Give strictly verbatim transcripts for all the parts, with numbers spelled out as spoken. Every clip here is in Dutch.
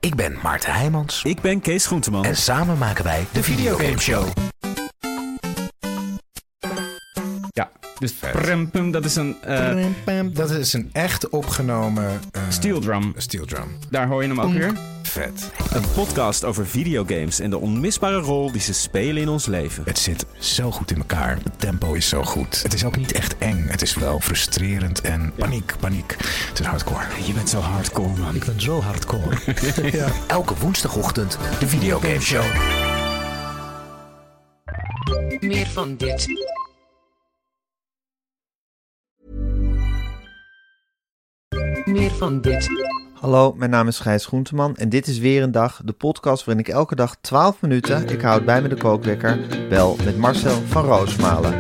Ik ben Maarten Heijmans. Ik ben Kees Groenteman. En samen maken wij de Videogame Show. Ja, dus prem, pum, dat is een... Uh, dat is een echt opgenomen... Uh, steel drum. Steel drum. Daar hoor je hem ook weer. Vet. Een podcast over videogames en de onmisbare rol die ze spelen in ons leven. Het zit zo goed in elkaar. Het tempo is zo goed. Het is ook niet echt eng. Het is wel frustrerend en paniek, paniek. Het is hardcore. Je bent zo hardcore, man. Ik ben zo hardcore. Ja. Elke woensdagochtend de Videogame Show. Meer van dit. Meer van dit. Hallo, mijn naam is Gijs Groenteman en dit is weer een dag, de podcast waarin ik elke dag twaalf minuten, ik houd bij me de kookwekker, bel met Marcel van Roosmalen.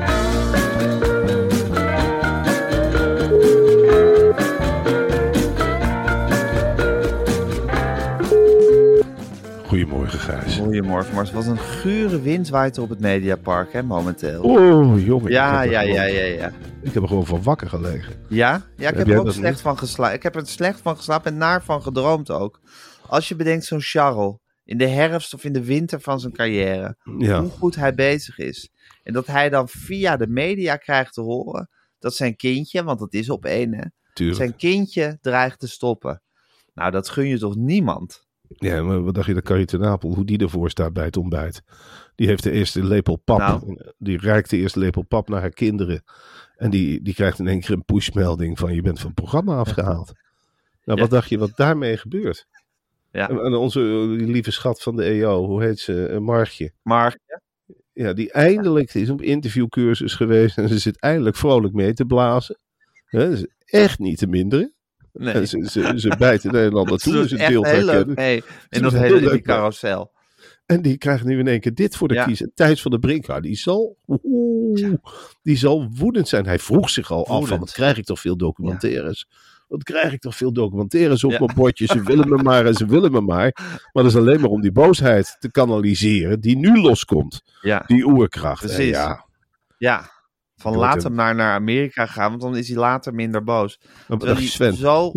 Goedemorgen, Gijs. Goedemorgen, Marcel. Wat een gure wind waait er op het Mediapark, hè, momenteel. Oh, jongen. Ja, ja, gewoon, ja, ja, ja. Ik heb er gewoon van wakker gelegen. Ja? Ja, ik heb, heb er ook slecht niet? van geslapen. Ik heb er slecht van geslapen en naar van gedroomd ook. Als je bedenkt, zo'n Charles, in de herfst of in de winter van zijn carrière, Ja. hoe goed hij bezig is. En dat hij dan via de media krijgt te horen dat zijn kindje, want dat is op één, hè, Tuurlijk. zijn kindje dreigt te stoppen. Nou, dat gun je toch niemand? Ja, maar wat dacht je, dat Carrie ten Napel, hoe die ervoor staat bij het ontbijt. Die heeft de eerste lepel pap. Nou. Die reikt de eerste lepel pap naar haar kinderen. En die, die krijgt in één keer een pushmelding van je bent van het programma afgehaald. Nou, wat Ja. dacht je wat daarmee gebeurt? Ja. En, en onze die lieve schat van de E O, hoe heet ze? Uh, Margje. Maar ja, Ja, die eindelijk is op interviewcursus geweest en ze zit eindelijk vrolijk mee te blazen. Hè, dat is echt niet te minderen. nee. En ze, ze, ze bijt de Nederlander Ze toe, doet dus het echt beeld heel leuk herkennen. mee Ze in dat doet hele heel in die leuk mee. carousel. En die krijgt nu in één keer dit voor de Ja. kiezer. Thijs van der Brink, ja, die zal, oeh, die zal woedend zijn. Hij vroeg zich al af van, Woedend. wat krijg ik toch veel documentaires? Wat krijg ik toch veel documentaires op Ja. mijn bordje? Ze willen me maar en ze willen me maar. Maar dat is alleen maar om die boosheid te kanaliseren die nu loskomt. Ja, Die oerkracht. En Precies. ja, ja. Van Wordt laat hem. hem naar, naar Amerika gaan, want dan is hij later minder boos. maar wat Terwijl dacht je, hij Sven? zo...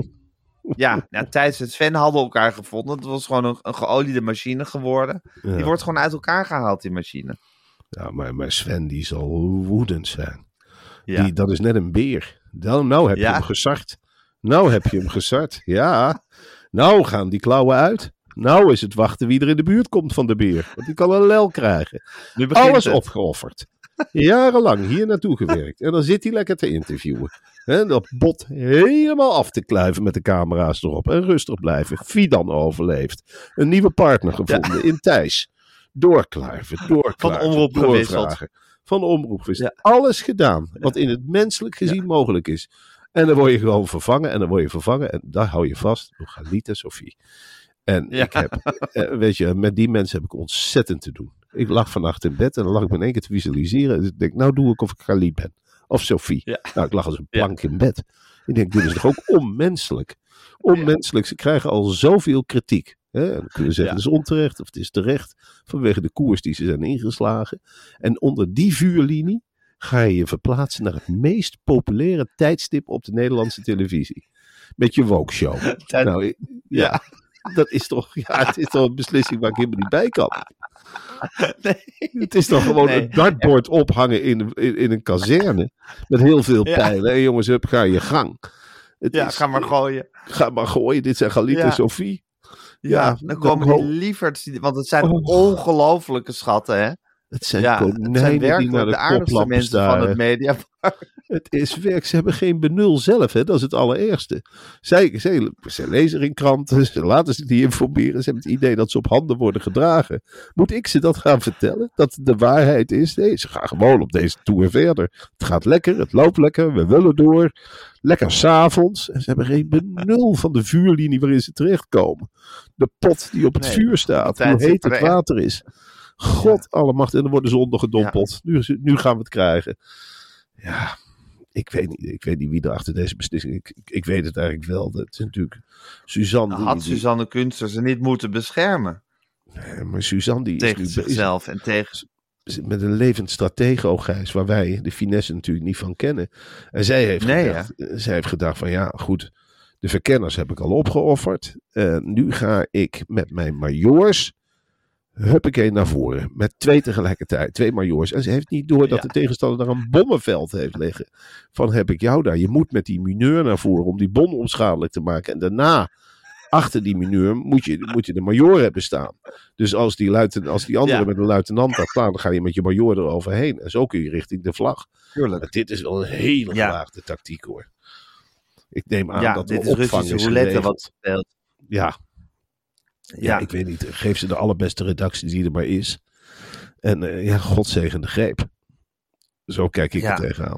Ja, ja, Thijs en Sven hadden elkaar gevonden. Het was gewoon een, een geoliede machine geworden. Ja. Die wordt gewoon uit elkaar gehaald, die machine. Ja, maar, maar Sven die zal woedend zijn. Ja. Die, dat is net een beer. Dan, nou heb je Ja. hem gesart. Nou heb je hem gesart. Ja. Nou gaan die klauwen uit. Nou is het wachten wie er in de buurt komt van de beer. Want die kan een lel krijgen. Nu begint Alles het. opgeofferd. Jarenlang hier naartoe gewerkt. En dan zit hij lekker te interviewen. He, dat bot helemaal af te kluiven met de camera's erop. En rustig blijven. Fidan overleeft. Een nieuwe partner gevonden in Thijs. Doorkluiven, doorkluiven. Van omroep gewisseld. doorvragen. Van omroep gewisseld. Ja. Alles gedaan wat in het menselijk gezien mogelijk is. En dan word je gewoon vervangen. En dan word je vervangen. En daar hou je vast door Galit en Sophie. En Ja. ik heb, eh, weet je, met die mensen heb ik ontzettend te doen. Ik lag vannacht in bed en dan lag ik me in één keer te visualiseren. Dus ik denk, nou doe ik of ik Galit ben. Of Sophie. Ja. Nou, ik lag als een plank in bed. Ik denk, dit is toch ook onmenselijk. Onmenselijk. Ze krijgen al zoveel kritiek. Hè? En dan kunnen we zeggen, Ja. het is onterecht of het is terecht. Vanwege de koers die ze zijn ingeslagen. En onder die vuurlinie ga je je verplaatsen naar het meest populaire tijdstip op de Nederlandse televisie. Met je woke show. Tijd- Nou, ik- ja, dat is toch, ja, het is toch een beslissing waar ik helemaal niet bij kan. Nee. Het is toch gewoon Nee. een dartboard ophangen in, in, in een kazerne. Met heel veel Ja. pijlen. En jongens, hup, ga je gang. Het Ja, is- ga maar gooien. Ga maar gooien. Dit zijn Galit en Ja. Sophie. Ja, Ja, dan dan komen ho- die lieverds, die- want het zijn Oh. ongelofelijke schatten, hè? Het zijn Ja, het konijnen zijn die naar werkelijk de, de aardigste koplampen mensen van het staren. media. Het is werk. Ze hebben geen benul zelf. Hè? Dat is het allereerste. Zij, zij, zij lezen in kranten. Ze laten zich die informeren. Ze hebben het idee dat ze op handen worden gedragen. Moet ik ze dat gaan vertellen? Dat het de waarheid is? Nee, ze gaan gewoon op deze tour verder. Het gaat lekker. Het loopt lekker. We willen door. Lekker 's avonds. En ze hebben geen benul van de vuurlinie waarin ze terechtkomen. De pot die op het Nee, vuur staat. tijd Hoe zit heet er het echt. water is. God allemachtig. En dan worden ze ondergedompeld. Nu, is het- nu gaan we het krijgen. Ja, ik weet niet, ik weet niet wie er achter deze beslissing... Ik, ik, ik weet het eigenlijk wel. Dat is natuurlijk Suzanne. Dan had die, die- Suzanne Kunster ze niet moeten beschermen Nee, maar Suzanne die is tegen nu bezig zichzelf en tegen... met een levend stratego, Gijs, waar wij de finesse natuurlijk niet van kennen. En zij heeft, Nee, gedacht, zij heeft gedacht van ja, goed, De verkenners heb ik al opgeofferd. Uh, nu ga ik met mijn majoors, huppakee, naar voren. Met twee tegelijkertijd, twee majoors. En ze heeft niet door dat ja. de tegenstander daar een bommenveld heeft liggen. Van heb ik jou daar. Je moet met die mineur naar voren om die bom onschadelijk te maken. En daarna, achter die mineur, moet je, moet je de majoor hebben staan. Dus als die, luiten, als die andere ja. met een luitenant gaat slaan, dan ga je met je majoor eroverheen. En zo kun je richting de vlag. Tuurlijk. Maar dit is wel een hele gewaagde ja. tactiek, hoor. Ik neem aan ja, dat dit de is opvang Russische is roulette wat speelt. Ja. ja. Ja, ik weet niet. Geef ze de allerbeste redactie die er maar is. En uh, ja, God zegen de greep. Zo kijk ik ja. er tegenaan.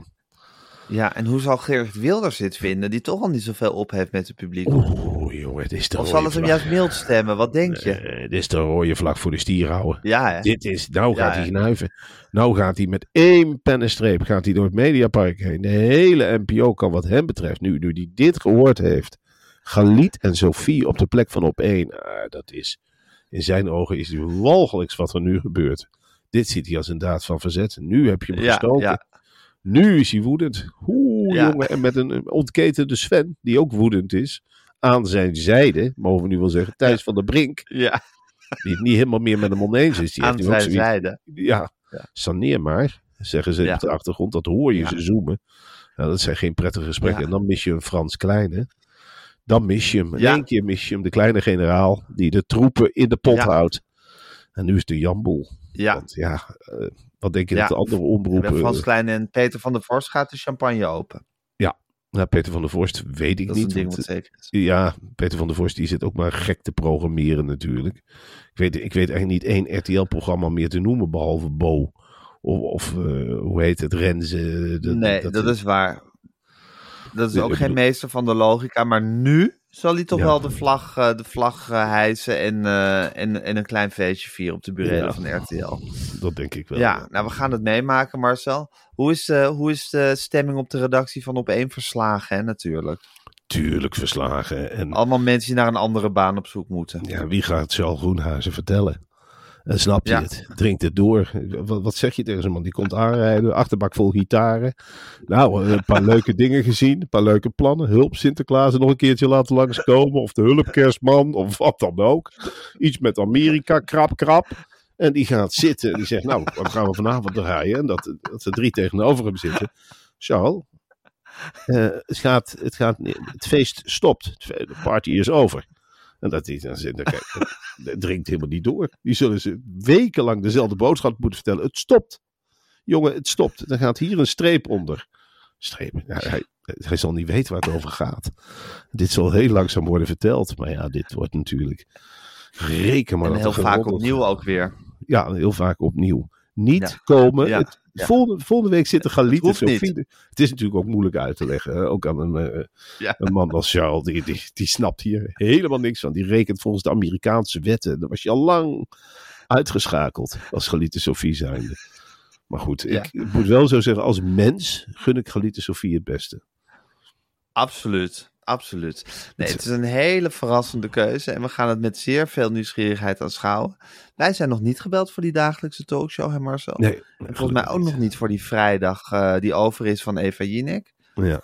Ja, en hoe zal Geert Wilders dit vinden, die toch al niet zoveel op heeft met het publiek? Oeh, jongen, het is de Of zal het hem juist mild stemmen? Wat denk je? Uh, dit is de rode vlag voor de stier houden. Ja, hè? Dit is, nou ja, gaat hij knuiven. Nou gaat hij met één pennenstreep gaat hij door het Mediapark heen. De hele N P O kan wat hem betreft, nu, nu hij dit gehoord heeft, Galit en Sophie op de plek van op één. Uh, dat is, in zijn ogen is het walgelijks wat er nu gebeurt. Dit ziet hij als een daad van verzet. Nu heb je hem ja, gestoken. Ja. Nu is hij woedend. Oeh, ja. jongen. En met een ontketende Sven, die ook woedend is, aan zijn zijde, mogen we nu wel zeggen, Thijs ja. van der Brink. Ja. Die het niet helemaal meer met hem oneens is. Die aan heeft zijn ook zijde. Ja, ja, saneer maar, zeggen ze ja. op de achtergrond. Dat hoor je ja. ze zoomen. Nou, dat zijn geen prettige gesprekken. Ja. En dan mis je een Frans Kleine. Dan mis je hem. In ja. één keer mis je hem, de kleine generaal, die de troepen in de pot ja. houdt. En nu is de Jan Boel. Ja. Want ja, uh, wat denk je ja. dat de andere omroepen... Bij Frans Klein en Peter van der Vorst gaat de champagne open. Ja, nou, Peter van der Vorst weet ik dat niet. Dat is een ding want, wat zeker is. Ja, Peter van der Vorst die zit ook maar gek te programmeren natuurlijk. Ik weet, ik weet eigenlijk niet één R T L-programma meer te noemen, behalve Bo. Of, of uh, hoe heet het, Renze. De, nee, dat, dat is waar. Dat is nee, ook geen bedoel... meester van de logica, maar nu zal hij toch ja. wel de vlag, uh, de vlag uh, hijsen en, uh, en, en een klein feestje vieren op de burelen ja. van R T L. Dat denk ik wel. Ja, nou we gaan het meemaken, Marcel. Hoe is, uh, hoe is de stemming op de redactie van Op één verslagen, hè, natuurlijk? Tuurlijk verslagen. En... allemaal mensen die naar een andere baan op zoek moeten. Ja, wie gaat Charles Groenhuizen vertellen? En snap je ja. het? Drinkt het door. Wat, wat zeg je tegen zo'n man? Die komt aanrijden, achterbak vol gitaren. Nou, een paar leuke dingen gezien. Een paar leuke plannen. Hulp Sinterklaas nog een keertje laten langskomen. Of de hulpkerstman. Of wat dan ook. Iets met Amerika. Krap, krap. En die gaat zitten. En die zegt, nou, wat gaan we vanavond draaien? En dat, dat er drie tegenover hem zitten. Charles, uh, het, gaat, het, gaat, het feest stopt. De party is over. En dat die dan zit, kijk, dat dringt helemaal niet door. Die zullen ze wekenlang dezelfde boodschap moeten vertellen. Het stopt. Jongen, het stopt. Dan gaat hier een streep onder. Streep. Ja, hij, hij zal niet weten waar het over gaat. Dit zal heel langzaam worden verteld. Maar ja, dit wordt natuurlijk... Reken maar. En dat heel vaak opnieuw ook weer. Ja, heel vaak opnieuw. Niet ja. komen. Ja. Het, ja. volgende, volgende week zitten Galit en Sophie. Niet. Het is natuurlijk ook moeilijk uit te leggen. Hè? Ook aan een, uh, ja. een man als Charles. Die, die, die snapt hier helemaal niks van. Die rekent volgens de Amerikaanse wetten. Dan was je al lang uitgeschakeld als Galit en Sophie zijnde. Maar goed, ja. ik, ik moet wel zo zeggen. Als mens gun ik Galit en Sophie het beste. Absoluut. Absoluut. Nee, het is een hele verrassende keuze en we gaan het met zeer veel nieuwsgierigheid aanschouwen. Wij zijn nog niet gebeld voor die dagelijkse talkshow, hè Marcel? Nee. En volgens mij ook niet. nog niet voor die vrijdag uh, die over is van Eva Jinek. Ja.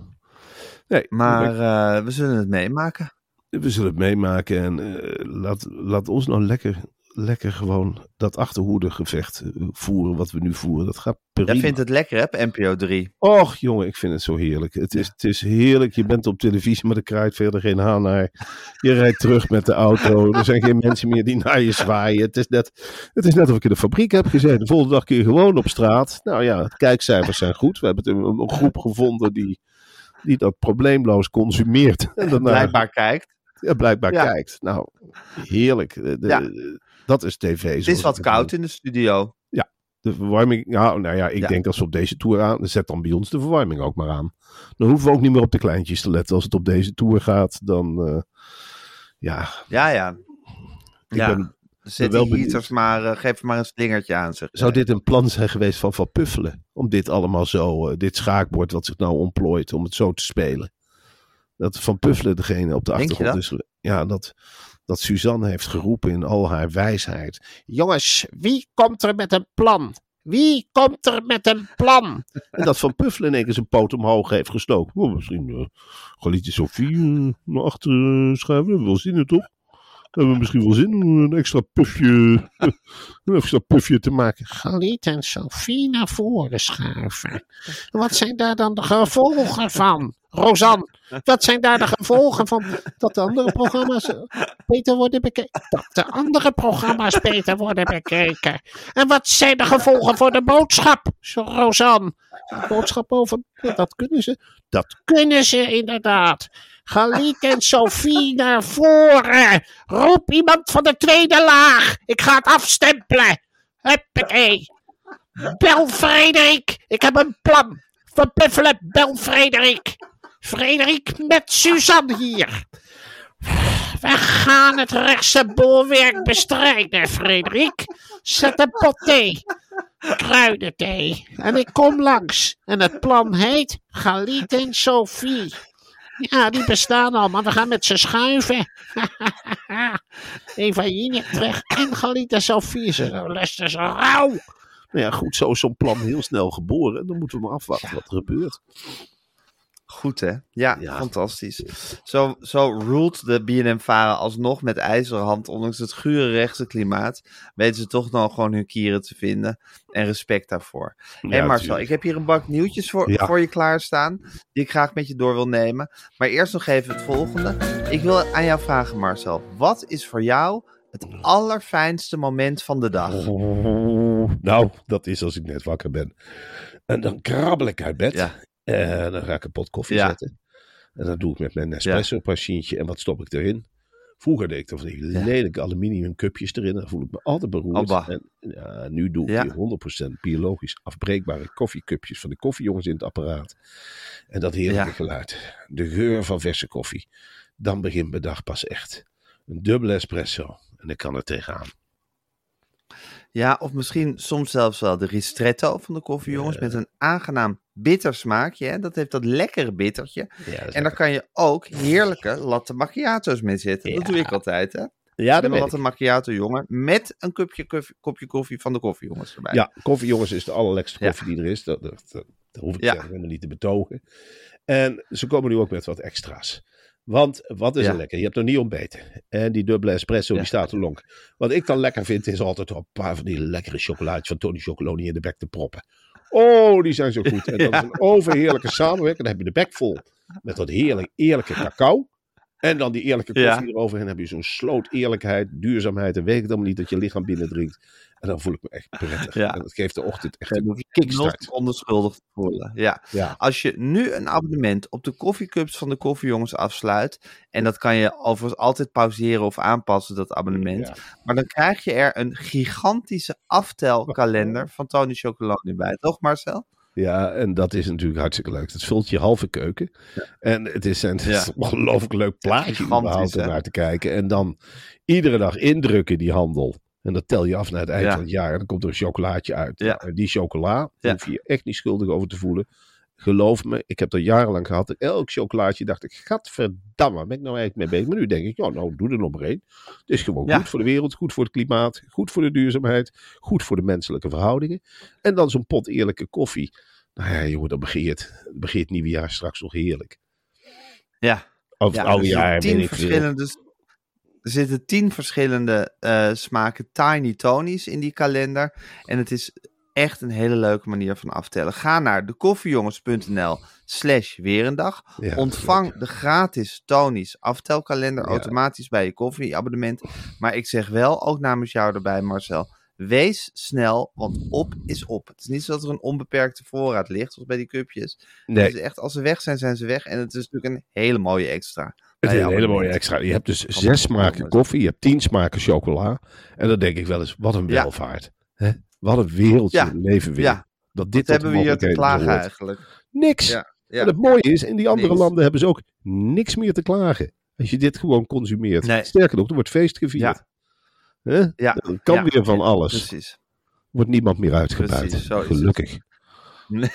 Nee, maar uh, we zullen het meemaken. We zullen het meemaken en uh, laat, laat ons nou lekker... lekker gewoon dat achterhoedegevecht voeren wat we nu voeren. Dat gaat prima. Jij vindt het lekker, hè, N P O drie? Och, jongen, ik vind het zo heerlijk. Het is, het is heerlijk. Je bent op televisie, maar er kraait verder geen haan naar. Je rijdt terug met de auto. Er zijn geen mensen meer die naar je zwaaien. Het is net, het is net of ik in de fabriek heb gezeten. De volgende dag kun je gewoon op straat. Nou ja, de kijkcijfers zijn goed. We hebben een, een groep gevonden die, die dat probleemloos consumeert. En daarna, blijkbaar kijkt. Ja, blijkbaar ja. kijkt. Nou, heerlijk. De, de, ja. Dat is tv. Het is wat koud in de studio. Ja, de verwarming. Nou, nou ja, ik ja. denk als we op deze tour aan. Zet dan bij ons de verwarming ook maar aan. Dan hoeven we ook niet meer op de kleintjes te letten. Als het op deze tour gaat, dan. Uh, ja. Ja, ja. Ik ja. Ben, Zet ben die heaters maar. Uh, geef maar een slingertje aan. Zeg. Zou dit een plan zijn geweest van Van Puffelen? Om dit allemaal zo. Uh, dit schaakbord wat zich nou ontplooit. Om het zo te spelen. Dat Van Puffelen degene op de denk achtergrond is. Ja, dat. Dat Suzanne heeft geroepen in al haar wijsheid. Jongens, wie komt er met een plan? Wie komt er met een plan? En dat Van Puffelen in één keer zijn poot omhoog heeft gestoken. Oh, misschien uh, Galietje Sophie uh, naar achter uh, schuiven. We hebben wel zin in, toch? We hebben misschien wel zin om een extra pufje, een extra pufje te maken. Galit en Sophie naar voren schuiven. Wat zijn daar dan de gevolgen van? Rosanne, wat zijn daar de gevolgen van dat de andere programma's beter worden bekeken? Dat de andere programma's beter worden bekeken. En wat zijn de gevolgen voor de boodschap? Zo, Rosanne, de boodschap over, dat kunnen ze. Dat kunnen ze inderdaad. Galit en Sophie naar voren. Roep iemand van de tweede laag. Ik ga het afstempelen. Huppakee. Bel Frederik. Ik heb een plan. Van Puffelen, bel Frederik. Frederik met Suzanne hier. We gaan het rechtse bolwerk bestrijden, Frederik. Zet een pot thee. Kruidenthee. En ik kom langs. En het plan heet Galit en Sophie. Ja, die bestaan al, maar we gaan met ze schuiven. Eva Jinek weg en Galit en Sophie. Ze luisteren zo rauw. Nou ja, goed, zo is zo'n plan heel snel geboren. En dan moeten we maar afwachten ja. wat er gebeurt. Goed, hè? Ja, ja. Fantastisch. Zo, zo ruled de B N M-varen alsnog met ijzeren hand, ondanks het gure rechtse klimaat, weten ze toch nog gewoon hun kieren te vinden. En respect daarvoor. Hé ja, hey Marcel, tuurlijk. Ik heb hier een bak nieuwtjes voor, ja. voor je klaarstaan, die ik graag met je door wil nemen. Maar eerst nog even het volgende. Ik wil aan jou vragen, Marcel. Wat is voor jou het allerfijnste moment van de dag? Oh, nou, dat is als ik net wakker ben. En dan krabbel ik uit bed. Ja. En dan ga ik een pot koffie ja. zetten. En dan doe ik met mijn Nespresso-machientje. En wat stop ik erin? Vroeger deed ik dan van die ja. lelijke aluminium cupjes erin. Dan voel ik me altijd beroerd. Oh, en ja, nu doe ik ja. die honderd procent biologisch afbreekbare koffiecupjes van de koffiejongens in het apparaat. En dat heerlijke ja. geluid. De geur van verse koffie. Dan begint mijn dag pas echt. Een dubbele espresso. En ik kan er tegenaan. Ja, of misschien soms zelfs wel de ristretto van de koffiejongens. Uh, met een aangenaam bitter smaakje. Hè? Dat heeft dat lekkere bittertje. Ja, en daar kan je ook heerlijke latte macchiato's mee zetten. Ja. Dat doe ik altijd, hè? Ja, dat een latte macchiato, jongen. Met een kopje koffie, kopje koffie van de koffiejongens erbij. Ja, koffiejongens is de allerlekste koffie ja. die er is. Dat, dat, dat, dat hoef ik ja. helemaal niet te betogen. En ze komen nu ook met wat extra's. Want wat is ja. er lekker? Je hebt nog niet ontbeten. En die dubbele espresso, ja. die staat er lonk. Wat ik dan lekker vind, is altijd een paar van die lekkere chocolaatjes van Tony Chocoloni in de bek te proppen. Oh, die zijn zo goed. En dat ja. is een overheerlijke samenwerking. Dan heb je de bek vol met dat heerlijk eerlijke cacao. En dan die eerlijke koffie ja. erover. En dan heb je zo'n sloot eerlijkheid, duurzaamheid. En weet ik het allemaal niet dat je lichaam binnendringt. En dan voel ik me echt prettig. Ja. En dat geeft de ochtend echt een kickstart. Onbeschuldigd voelen. Ja. Ja. Als je nu een abonnement op de koffiecups van de koffiejongens afsluit. En dat kan je overigens altijd pauzeren of aanpassen, dat abonnement. Ja. Maar dan krijg je er een gigantische aftelkalender van Tony Chocoloni bij. Toch, Marcel? Ja, en dat is natuurlijk hartstikke leuk. Dat vult je halve keuken. Ja. En het is een ja. ongelooflijk leuk plaatje om naar te kijken. En dan iedere dag indrukken die handel. En dat tel je af naar het eind ja. van het jaar. En dan komt er een chocolaatje uit. Ja. Nou, die chocola, daar ja. hoef je je echt niet schuldig over te voelen. Geloof me, ik heb dat jarenlang gehad. Elk chocolaatje dacht ik, gadverdamme, ben ik nou eigenlijk mee bezig? Maar nu denk ik, ja, nou, doe er nog maar één. Het is gewoon ja. goed voor de wereld, goed voor het klimaat, goed voor de duurzaamheid, goed voor de menselijke verhoudingen. En dan zo'n pot eerlijke koffie. Nou ja, jongen, dan begin je het, begin je het nieuwe jaar straks nog heerlijk. Ja. Of het ja, oude jaar, ben ik verschillende... Er zitten tien verschillende uh, smaken Tiny Tony's in die kalender. En het is echt een hele leuke manier van aftellen. Ga naar dekoffiejongens.nl slash weerendag. Ja, Ontvang de gratis Tony's aftelkalender ja. automatisch bij je koffieabonnement. Maar ik zeg wel, ook namens jou erbij, Marcel, wees snel, want op is op. Het is niet zo dat er een onbeperkte voorraad ligt, zoals bij die cupjes. Nee. Het is echt, als ze weg zijn, zijn ze weg. En het is natuurlijk een hele mooie extra. Het is een hele mooie extra. Je hebt dus zes smaken koffie, je hebt tien smaken chocola. En dan denk ik wel eens, wat een welvaart. Ja. Hè? Wat een wereldje ja. leven weer. Ja. Dat dit Wat hebben we hier te klagen hoort. Eigenlijk? Niks. Ja. Ja. En het mooie is, in die andere niks. landen hebben ze ook niks meer te klagen. Als je dit gewoon consumeert. Nee. Sterker nog, er wordt feest gevierd. Ja. Hè? Ja. Dan kan ja. weer van alles. Precies. Wordt niemand meer uitgebuit. Gelukkig. Nee.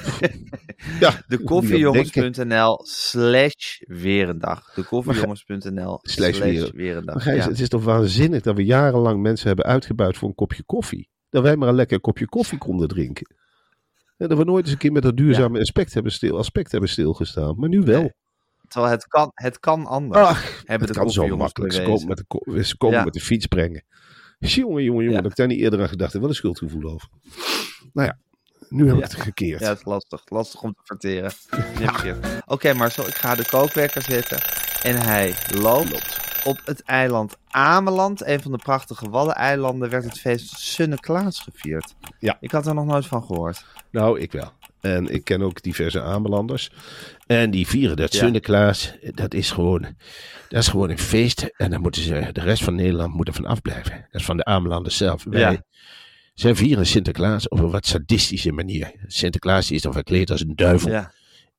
Ja, de koffiejongens.nl slash weerendag. De koffiejongens.nl slash weerendag. Maar Gijs, ja. het is toch waanzinnig dat we jarenlang mensen hebben uitgebuit voor een kopje koffie. Dat wij maar een lekker kopje koffie konden drinken. En dat we nooit eens een keer met dat duurzame aspect, hebben stil, aspect hebben stilgestaan. Maar nu wel. Nee. Terwijl het kan, het kan anders. Ach, Hebben het de kan zo koffiejongens makkelijk. Ze bewezen. komen met de, ko- ze komen Ja. met de fiets brengen. Jongen, jongen, jongen. Ja. Dat ik daar niet eerder aan gedacht heb. Wel een schuldgevoel over. Nou ja, nu heb ik Ja. het gekeerd. Ja, het is lastig. Lastig om te verteren. Ja. Oké, Marcel, ik ga de kookwekker zetten. En hij loopt. Op het eiland Ameland, een van de prachtige Waddeneilanden, werd het feest Sinterklaas gevierd. Ja. Ik had er nog nooit van gehoord. Nou, ik wel. En ik ken ook diverse Amelanders. En die vieren dat Ja. Sinterklaas. Dat is gewoon, dat is gewoon een feest. En daar moeten ze, de rest van Nederland moet er van afblijven. Dat is van de Amelanders zelf. Wij, Ja. zij vieren Sinterklaas op een wat sadistische manier. Sinterklaas is dan verkleed als een duivel. Ja.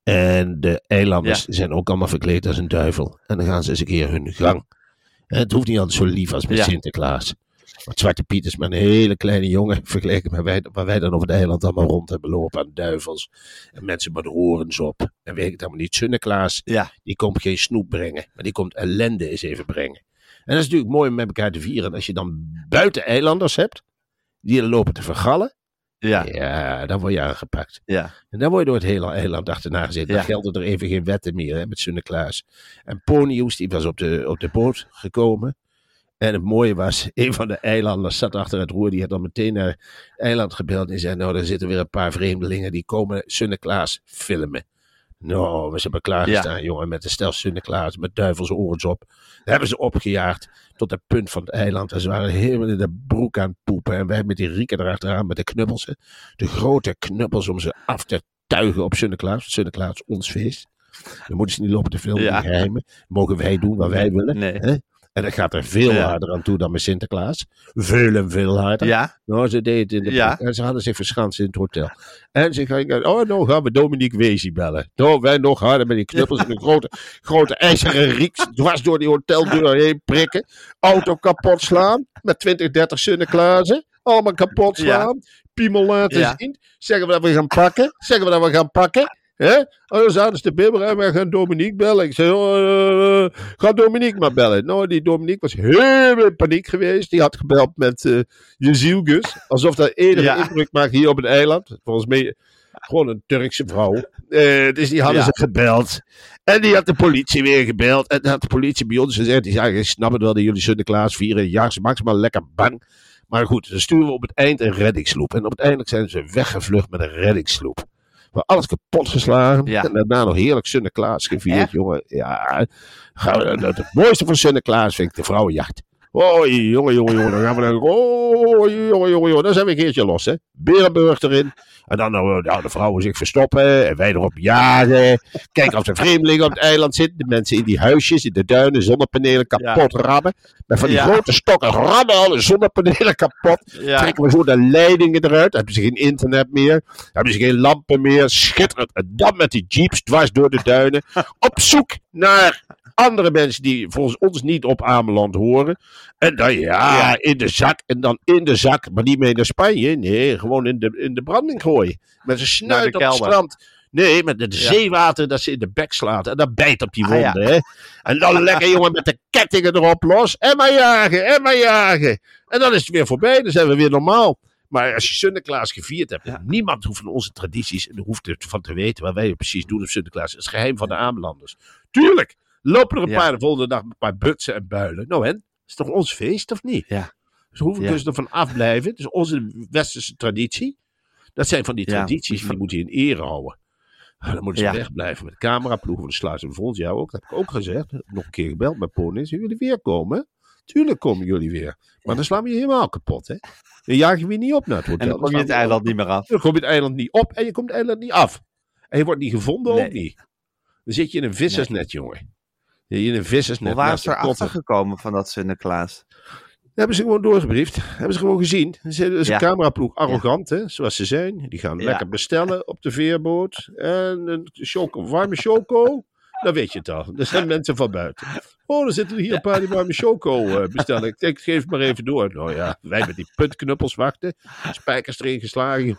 En de eilanders Ja. zijn ook allemaal verkleed als een duivel. En dan gaan ze eens een keer hun gang. En het hoeft niet altijd zo lief als met Ja. Sinterklaas. Want Zwarte Piet is maar een hele kleine jongen. Vergeleken met wij, waar wij dan op het eiland allemaal rond hebben lopen aan duivels. En mensen met horens op. En weet ik het allemaal niet. Sinterklaas, Ja. die komt geen snoep brengen. Maar die komt ellende eens even brengen. En dat is natuurlijk mooi om met elkaar te vieren. Als je dan buiten eilanders hebt. Die lopen te vergallen. Ja. Ja, dan word je aangepakt. Ja. En dan word je door het hele eiland achterna gezeten. Ja. Dan gelden er even geen wetten meer hè, met Sinterklaas. En Ponius, die was op de, op de boot gekomen. En het mooie was, een van de eilanders zat achter het roer. Die had dan meteen naar het eiland gebeld. En zei, nou, er zitten weer een paar vreemdelingen. Die komen Sinterklaas filmen. Nou, we hebben klaargestaan, Ja. jongen. Met de stel Sinterklaas, met duivelse oortjes op. Dat hebben ze opgejaagd tot het punt van het eiland. En ze waren helemaal in de broek aan het poepen. En wij met die rieken erachteraan met de knuppels. hè. De grote knuppels om ze af te tuigen op Sinterklaas. Sinterklaas, ons feest. Dan moeten ze niet lopen te filmen, Ja. die geheimen. Mogen wij doen wat wij willen. Nee. Hè? En dat gaat er veel Ja. harder aan toe dan met Sinterklaas. Veel en veel harder. Ja. Nou, ze deden het in de Ja. broek. En ze hadden zich verschanst in het hotel. En ze gingen, oh, nou gaan we Dominique Weesie bellen. Nou, wij nog harder met die knuppels en een grote, grote ijzeren riek dwars door die hoteldeur heen prikken. Auto kapot slaan met twintig, dertig Sinterklaasen. Allemaal kapot slaan. Piemel laten Ja. zien. Zeggen we dat we gaan pakken. Zeggen we dat we gaan pakken. Hè? Oh, dan zaten ze te bibberen en we gaan Dominique bellen. Ik zei, oh, uh, ga Dominique maar bellen. Nou, die Dominique was heel in paniek geweest. Die had gebeld met uh, Jezielgus. Alsof dat enige Ja. indruk maakt hier op het eiland. Volgens mij gewoon een Turkse vrouw. Uh, dus die hadden Ja. ze gebeld. En die had de politie weer gebeld. En dan had de politie bij ons gezegd. Die zei, ik snap het wel dat jullie Sinterklaas vieren. Ja, ze maakt maar lekker bang. Maar goed, dan sturen we op het eind een reddingssloep. En op het einde zijn ze weggevlucht met een reddingssloep. Maar alles kapot geslagen. Ja. En daarna nog heerlijk Sinterklaas gevierd, Echt? jongen. Ja, gaan we, het, het mooiste van Sinterklaas vind ik de vrouwenjacht. Oh, jongen, jongen, jongen. Dan gaan we dan. Oh, jongen, jongen, jongen. Dan zijn we een keertje los, hè. Berenburg erin. En dan nou, nou, de vrouwen zich verstoppen. En wij erop jagen. Kijken of er vreemdelingen op het eiland zitten. De mensen in die huisjes, in de duinen, zonnepanelen kapot rammen. Met van die Ja. grote stokken rammen alle zonnepanelen kapot. Ja. Trekken we zo de leidingen eruit. Hebben ze geen internet meer. Hebben ze geen lampen meer. Schitterend. En dan met die jeeps dwars door de duinen. Op zoek naar andere mensen die volgens ons niet op Ameland horen. En dan ja, Ja. in de zak. En dan in de zak. Maar niet mee naar Spanje. Nee, gewoon in de, in de branding gooien. Met een Naar de snuit op het kelder. strand. Nee, met het Ja. zeewater dat ze in de bek slaat. En dat bijt op die Ah, ja. wonden. Hè? En dan lekker jongen met de kettingen erop los. En maar jagen, en maar jagen. En dan is het weer voorbij. Dan zijn we weer normaal. Maar als je Sinterklaas gevierd hebt. Ja. Niemand hoeft van onze tradities. En hoeft er van te weten wat wij precies doen op Sinterklaas. Dat is geheim van de Amelanders. Tuurlijk. Lopen er een Ja. paar de volgende dag een paar butsen en builen. Nou en? Is toch ons feest of niet? Ja. Dus hoeven we Ja. dus ervan afblijven. Het is onze westerse traditie. Dat zijn van die Ja. tradities. Die moet je in ere houden. Dan moeten ze Ja. wegblijven met cameraploegen. Dan sluiten we volgend jaar ook. Dat heb ik ook gezegd. Nog een keer gebeld met Ponis. Zullen jullie weer komen? Tuurlijk komen jullie weer. Maar dan slaan we je helemaal kapot. Hè? Dan jaag je weer niet op naar het hotel. En dan kom je slaan het we eiland niet meer af. Dan kom je het eiland niet op en je komt het eiland niet af. En je wordt niet gevonden Nee. ook niet. Dan zit je in een vissersnet, jongen. Dan zit je in een vissersnet. Hoe waren naast ze de erachter kotten. gekomen van dat Sinterklaas? Dat hebben ze gewoon doorgebriefd. Hebben ze gewoon gezien. Ze zijn dus een Ja. cameraploeg arrogant, hè, zoals ze zijn. Die gaan Ja. lekker bestellen op de veerboot. En een choco, warme choco. Dan weet je het al. Er zijn mensen van buiten. Oh, dan zitten er hier een paar die warme choco eh, bestellen. Ik denk, geef het maar even door. Nou ja, wij met die puntknuppels wachten. Spijkers erin geslagen.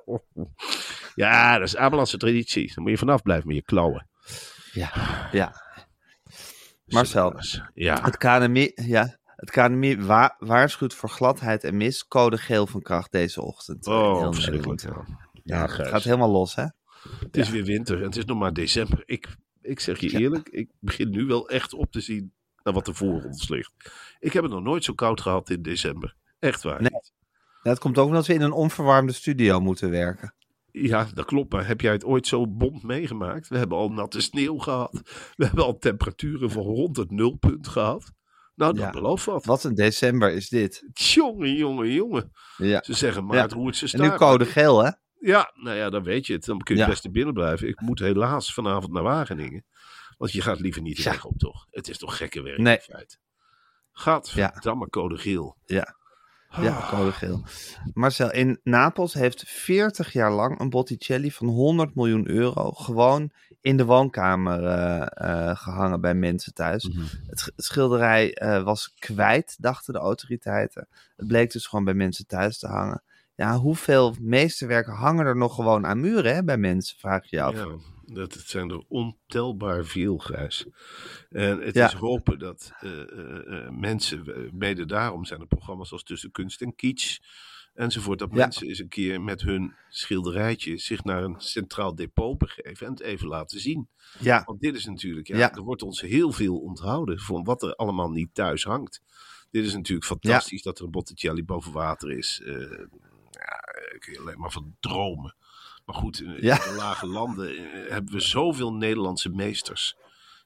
Ja, dat is Amelandse traditie. Daar moet je vanaf blijven met je klauwen. Ja. Ja. Marcel. Ja. Het K N M I, ja, Het K N M I wa- waarschuwt voor gladheid en mist. Code geel van kracht deze ochtend. Oh, Heel verschrikkelijk. Nederland. Ja, Ja, het gaat helemaal los, hè? Het is weer winter en het is nog maar december. Ik, ik zeg je eerlijk, ik begin nu wel echt op te zien naar wat er voor ons ligt. Ik heb het nog nooit zo koud gehad in december. Echt waar. Nee. Ja, het komt ook omdat we in een onverwarmde studio moeten werken. Ja, dat klopt. Maar heb jij het ooit zo bont meegemaakt? We hebben al natte sneeuw gehad. We hebben al temperaturen van rond het nulpunt gehad. Nou, dat Ja. belooft wat. Wat een december is dit. Jongen, jongen, jongen. Ja. Ze zeggen maar Ja. het roert ze En staart. nu code geel, hè? Ja, nou ja, dan weet je het. Dan kun je Ja. het beste binnen blijven. Ik moet helaas vanavond naar Wageningen. Want je gaat liever niet de Ja. weg op, toch? Het is toch gekke werk Nee. in feite. Gaat verdamme code geel. Ja. Ja, code geel. Marcel, in Napels heeft veertig jaar lang een Botticelli van honderd miljoen euro gewoon in de woonkamer eh, eh, gehangen bij mensen thuis. Mhm. Het, sch- het schilderij eh, was kwijt, dachten de autoriteiten. Het bleek dus gewoon bij mensen thuis te hangen. Ja, hoeveel meesterwerken hangen er nog gewoon aan muren hè, bij mensen, vraag je je af. Ja, dat, het zijn er ontelbaar veel, Gijs. En het Ja. is hopen dat eh, eh, eh, mensen, eh, mede daarom zijn er programma's als Tussen Kunst en Kitsch enzovoort, dat Ja. mensen eens een keer met hun schilderijtje zich naar een centraal depot begeven en het even laten zien. Ja, Want dit is natuurlijk, ja, Ja. er wordt ons heel veel onthouden van wat er allemaal niet thuis hangt. Dit is natuurlijk fantastisch dat er een Botticelli boven water is. Eh ja, daar kun je alleen maar van dromen. Maar goed, in Ja. de lage landen eh, hebben we zoveel Nederlandse meesters.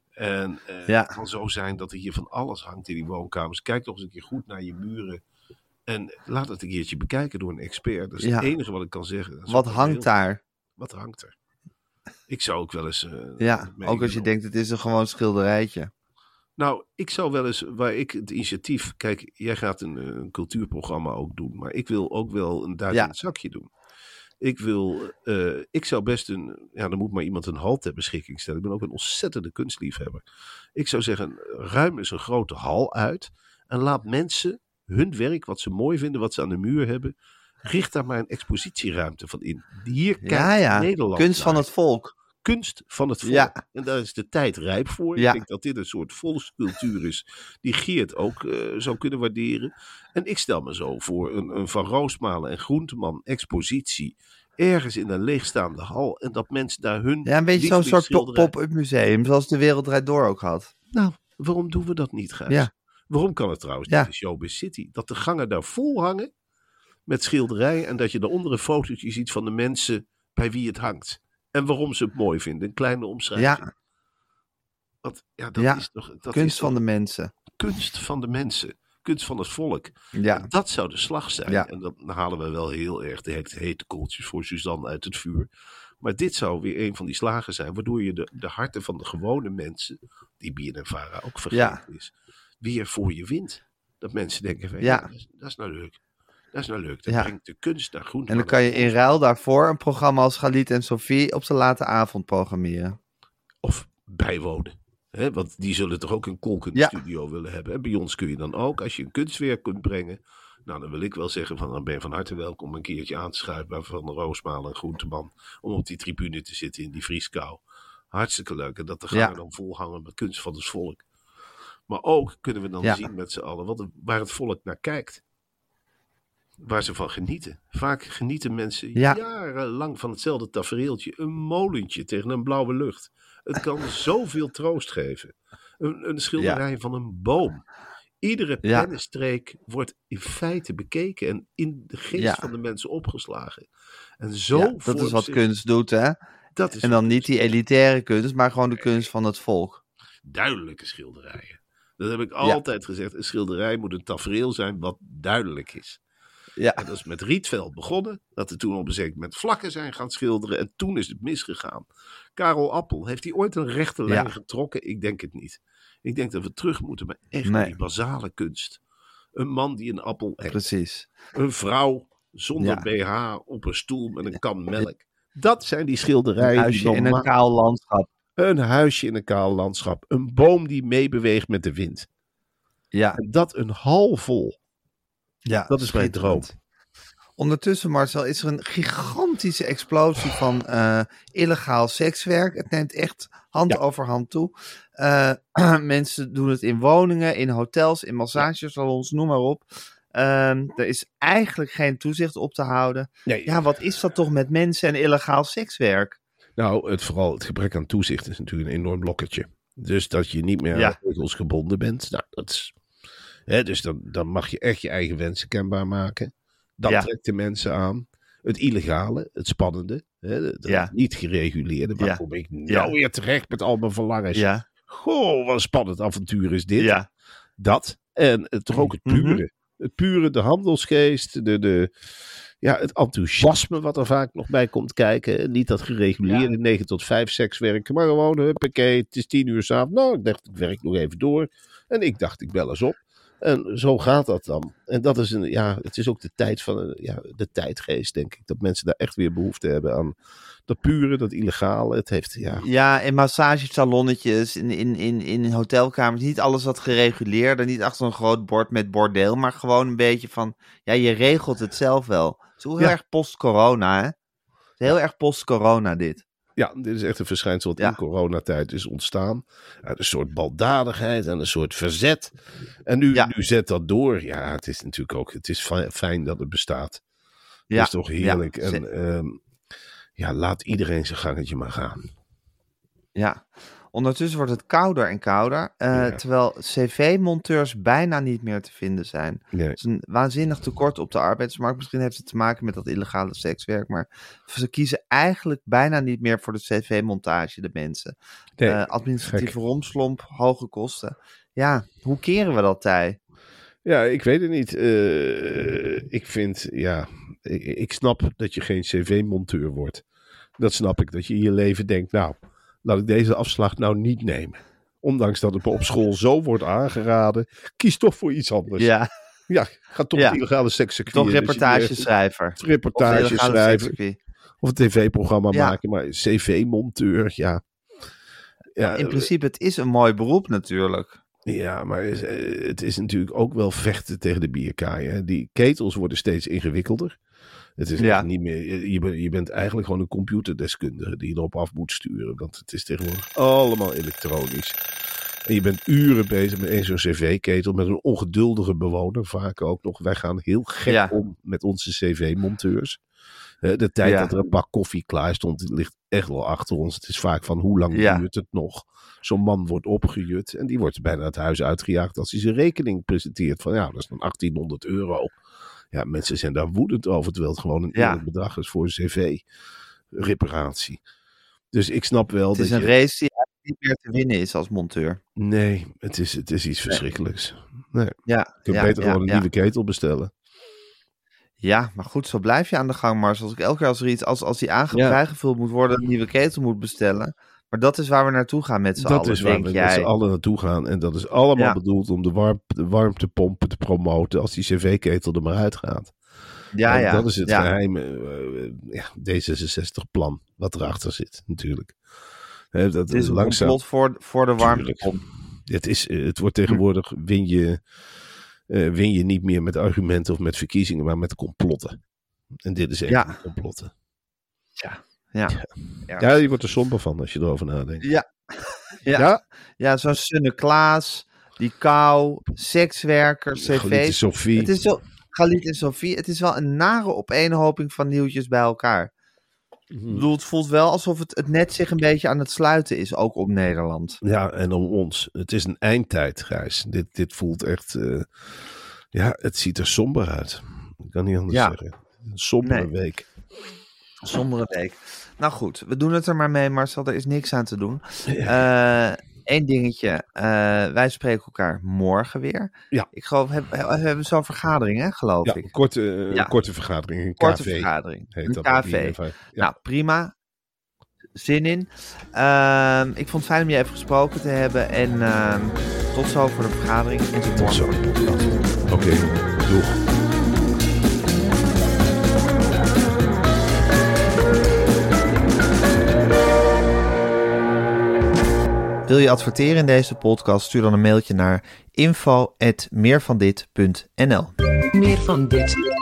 En eh, Ja. het kan zo zijn dat er hier van alles hangt in die woonkamers. Kijk toch eens een keer goed naar je muren. En laat het een keertje bekijken door een expert. Dat is Ja. het enige wat ik kan zeggen. Dat is wat ook hangt heel- daar? Wat hangt er? Ik zou ook wel eens... eh, Ja, mee ook als je willen- denkt het is een gewoon schilderijtje. Nou, ik zou wel eens, waar ik het initiatief... Kijk, jij gaat een, eh, een cultuurprogramma ook doen. Maar ik wil ook wel een duit Ja. in het zakje doen. Ik wil, eh, ik zou best een... Ja, dan moet maar iemand een hal ter beschikking stellen. Ik ben ook een ontzettende kunstliefhebber. Ik zou zeggen, ruim eens een grote hal uit. En laat mensen hun werk, wat ze mooi vinden, wat ze aan de muur hebben... Richt daar maar een expositieruimte van in. Hier kijkt Ja, ja. Nederland Kunst van naar. het volk. Kunst van het volk. Ja. En daar is de tijd rijp voor. Ja. Ik denk dat dit een soort volkscultuur is die Geert ook eh, zou kunnen waarderen. En ik stel me zo voor een, een Van Roosmalen en Groenteman expositie ergens in een leegstaande hal. En dat mensen daar hun Ja, een beetje zo'n soort pop- lievelingsschilderij- pop-up museum, zoals de Wereld Draait Door ook had. Nou, waarom doen we dat niet, Gijs? Ja. Waarom kan het trouwens Ja. niet in Showbiz City? Dat de gangen daar vol hangen met schilderijen en dat je daaronder een fotootje ziet van de mensen bij wie het hangt. En waarom ze het mooi vinden. Een kleine omschrijving. Ja, Want, ja, dat Ja, is toch dat kunst is van toch de mensen. kunst van de mensen. Kunst van het volk. Ja, En dat zou de slag zijn. Ja. En dan halen we wel heel erg de hete, hete kooltjes voor Suzanne uit het vuur. Maar dit zou weer een van die slagen zijn. Waardoor je de, de harten van de gewone mensen, die B N N Vara ook vergeten Ja. is, weer voor je wint. Dat mensen denken van, ja, Ja. dat, is, dat is nou leuk. Dat is nou leuk. Dat Ja. brengt de kunst naar groen. en dan kan je in ruil daarvoor een programma als Galit en Sophie op de late avond programmeren. Of bijwonen. Hè, want die zullen toch ook een koolkunststudio willen hebben. En bij ons kun je dan ook, als je een kunstwerk kunt brengen. Nou, dan wil ik wel zeggen, van, dan ben je van harte welkom een keertje aan te schuiven bij Van der Roosmalen en Groenteman. Om op die tribune te zitten in die vrieskou. Hartstikke leuk. En dat de gangen Ja. dan vol hangen met kunst van het volk. Maar ook kunnen we dan Ja. zien met z'n allen wat, waar het volk naar kijkt. Waar ze van genieten. Vaak genieten mensen Ja. jarenlang van hetzelfde tafereeltje. Een molentje tegen een blauwe lucht. Het kan zoveel troost geven. Een, een schilderij van een boom. Iedere Ja. pennenstreek wordt in feite bekeken en in de geest Ja. van de mensen opgeslagen. En zo Ja, dat is vormt wat zich- kunst doet, hè? Dat is En dan niet die elitaire kunst, maar gewoon de kunst van het volk. duidelijke schilderijen. Dat heb ik altijd gezegd. Een schilderij moet een tafereel zijn wat duidelijk is. Ja, En dat is met Rietveld begonnen. Dat we toen op een zeker moment vlakken zijn gaan schilderen. En toen is het misgegaan. Karel Appel, heeft hij ooit een rechte lijn Ja. getrokken? Ik denk het niet. Ik denk dat we terug moeten, maar echt Nee. naar die basale kunst. Een man die een appel eet. precies. Een vrouw zonder Ja. B H op een stoel met een kan melk. Dat zijn die Een schilderijen. die huisje in een normaal- kaal landschap. een huisje in een kaal landschap. Een boom die meebeweegt met de wind. Ja, En dat een hal vol. ja Dat is mijn droom. schitterend. Ondertussen, Marcel, is er een gigantische explosie van uh, illegaal sekswerk. Het neemt echt hand Ja. over hand toe. Uh, mensen doen het in woningen, in hotels, in massagesalons, noem maar op. Um, er is eigenlijk geen toezicht op te houden. Nee. Ja, wat is dat toch met mensen en illegaal sekswerk? Nou, het, vooral het gebrek aan toezicht is natuurlijk een enorm blokketje. Dus dat je niet meer Ja. aan regels gebonden bent. Nou, dat is, hè, dus dan, dan mag je echt je eigen wensen kenbaar maken. Dat Ja. trekt de mensen aan. Het illegale, het spannende. Hè, het Ja. niet gereguleerde. Maar Ja. kom ik nou Ja. weer terecht met al mijn verlangens. Ja, Goh, wat een spannend avontuur is dit. ja, Dat. En eh, toch ook het pure. Mhm. Het pure, de handelsgeest, de, de, ja, het enthousiasme wat er vaak nog bij komt kijken. Niet dat gereguleerde negen tot vijf sekswerken, maar gewoon, huppakee, het is tien uur 's avonds. Nou, ik dacht, ik werk nog even door. En ik dacht, ik bel eens op. En zo gaat dat dan. En dat is een, ja, het is ook de tijd van, een- ja, de tijdgeest, denk ik. Dat mensen daar echt weer behoefte hebben aan dat pure, dat illegale. Het heeft, ja, ja, in massagesalonnetjes, in, in, in, in hotelkamers. Niet alles wat gereguleerd. Niet achter een groot bord met bordeel. Maar gewoon een beetje van, ja, je regelt het zelf wel. Het is ook heel Ja. erg post-corona, hè? Het is heel erg post-corona, dit. Ja, dit is echt een verschijnsel dat Ja. in coronatijd is ontstaan. Uit een soort baldadigheid en een soort verzet. En nu, Ja. nu zet dat door. Ja, het is natuurlijk ook, het is fi- fijn dat het bestaat. Ja. Het is toch heerlijk. Ja, en ze- ehm, ja, laat iedereen zijn gangetje maar gaan. Ja. Ondertussen wordt het kouder en kouder. eh, Ja. Terwijl cv-monteurs bijna niet meer te vinden zijn. Nee. Het is een waanzinnig tekort op de arbeidsmarkt. Misschien heeft het te maken met dat illegale sekswerk. Maar ze kiezen eigenlijk bijna niet meer voor de cv-montage, de mensen. Nee, Eh, administratieve gek. romslomp, hoge kosten. Ja, hoe keren we dat tij? Ja, ik weet het niet. Eh, ik vind, ja, ik, ik snap dat je geen cv-monteur wordt. Dat snap ik, dat je in je leven denkt, nou, laat ik deze afslag nou niet nemen. Ondanks dat het me op school zo wordt aangeraden, kies toch voor iets anders. Ja, Ja, ga toch Ja. het illegale sekscircuit. toch in. Dus reportageschrijver. je- Of de Reportage illegale schrijven. sekscircuit. Of een tv-programma Ja. maken. Maar cv-monteur, ja. Ja, In principe, het is een mooi beroep natuurlijk. ja, maar is- eh, het is natuurlijk ook wel vechten tegen de bierkaaien. hè. Die ketels worden steeds ingewikkelder. Het is Ja. echt niet meer. Je, je bent- je bent eigenlijk gewoon een computerdeskundige die je erop af moet sturen. Want het is tegenwoordig allemaal elektronisch. En je bent uren bezig met één zo'n cv-ketel. Met een ongeduldige bewoner vaak ook nog. Wij gaan heel gek Ja. om met onze cv-monteurs. Hè, De tijd Ja. dat er een bak koffie klaar stond, ligt echt wel achter ons. Het is vaak van hoe lang Ja. duurt het nog? Zo'n man wordt opgejut en die wordt bijna het huis uitgejaagd als hij zijn rekening presenteert. Van ja, dat is dan achttienhonderd euro. Ja, mensen zijn daar woedend over, terwijl het gewoon een Ja. eerlijk bedrag is voor een cv-reparatie. Dus ik snap wel Het dat is een je... race die eigenlijk niet meer te winnen is als monteur. Nee, het is, het is iets verschrikkelijks. Nee, je Ja, kunt ja, beter ja, gewoon een ja. nieuwe ketel bestellen. Ja, maar goed, zo blijf je aan de gang, Mars. Als ik elke keer als er iets, als, als die aange- Ja. bijgevuld moet worden, een nieuwe ketel moet bestellen. Maar dat is waar we naartoe gaan met z'n Dat allen, is waar denk we met jij. z'n allen naartoe gaan. En dat is allemaal Ja. bedoeld om de, warm, de warmtepompen te promoten als die cv-ketel er maar uitgaat. Ja, En ja. dat is het ja. geheime eh, ja, D zesenzestig-plan wat erachter zit, natuurlijk. Hè, dat Het is een langzaam. complot voor, voor de Tuurlijk. warmtepomp. Het, is, eh, het wordt tegenwoordig, win je, eh, win je niet meer met argumenten of met verkiezingen, maar met complotten. En dit is een Ja. van die complotten. Ja. Ja. Ja, je wordt er somber van als je erover nadenkt. Ja. Ja. Ja. Ja, zo'n Sinterklaas, die kou, sekswerkers, Geliefde cv's. Sophie. Het is zo, Galit en Sophie, het is wel een nare opeenhoping van nieuwtjes bij elkaar. Ik bedoel, het voelt wel alsof het, het net zich een beetje aan het sluiten is, ook op Nederland. Ja, en om ons. Het is een eindtijd, Gijs. Dit, dit voelt echt... eh, ja, het ziet er somber uit. Ik kan niet anders Ja. zeggen. Een sombere Nee. week. Sombere week. Nou goed, we doen het er maar mee, Marcel. Er is niks aan te doen. Eén dingetje. eh, wij spreken elkaar morgen weer. Ja. Ik geloof, we hebben, we hebben zo'n vergadering, hè, geloof Ja, ik. een korte, eh, Ja. korte vergadering. Een Korte K V vergadering. heet Een dat bij K V. B N N vijf. Ja. Nou, prima. Zin in. Ehm, ik vond het fijn om je even gesproken te hebben. En ehm, tot zo voor de vergadering. En tot morgen zo. voor de podcast. Oké, doeg. Wil je adverteren in deze podcast? Stuur dan een mailtje naar info at meervandit punt n l. Meer van dit.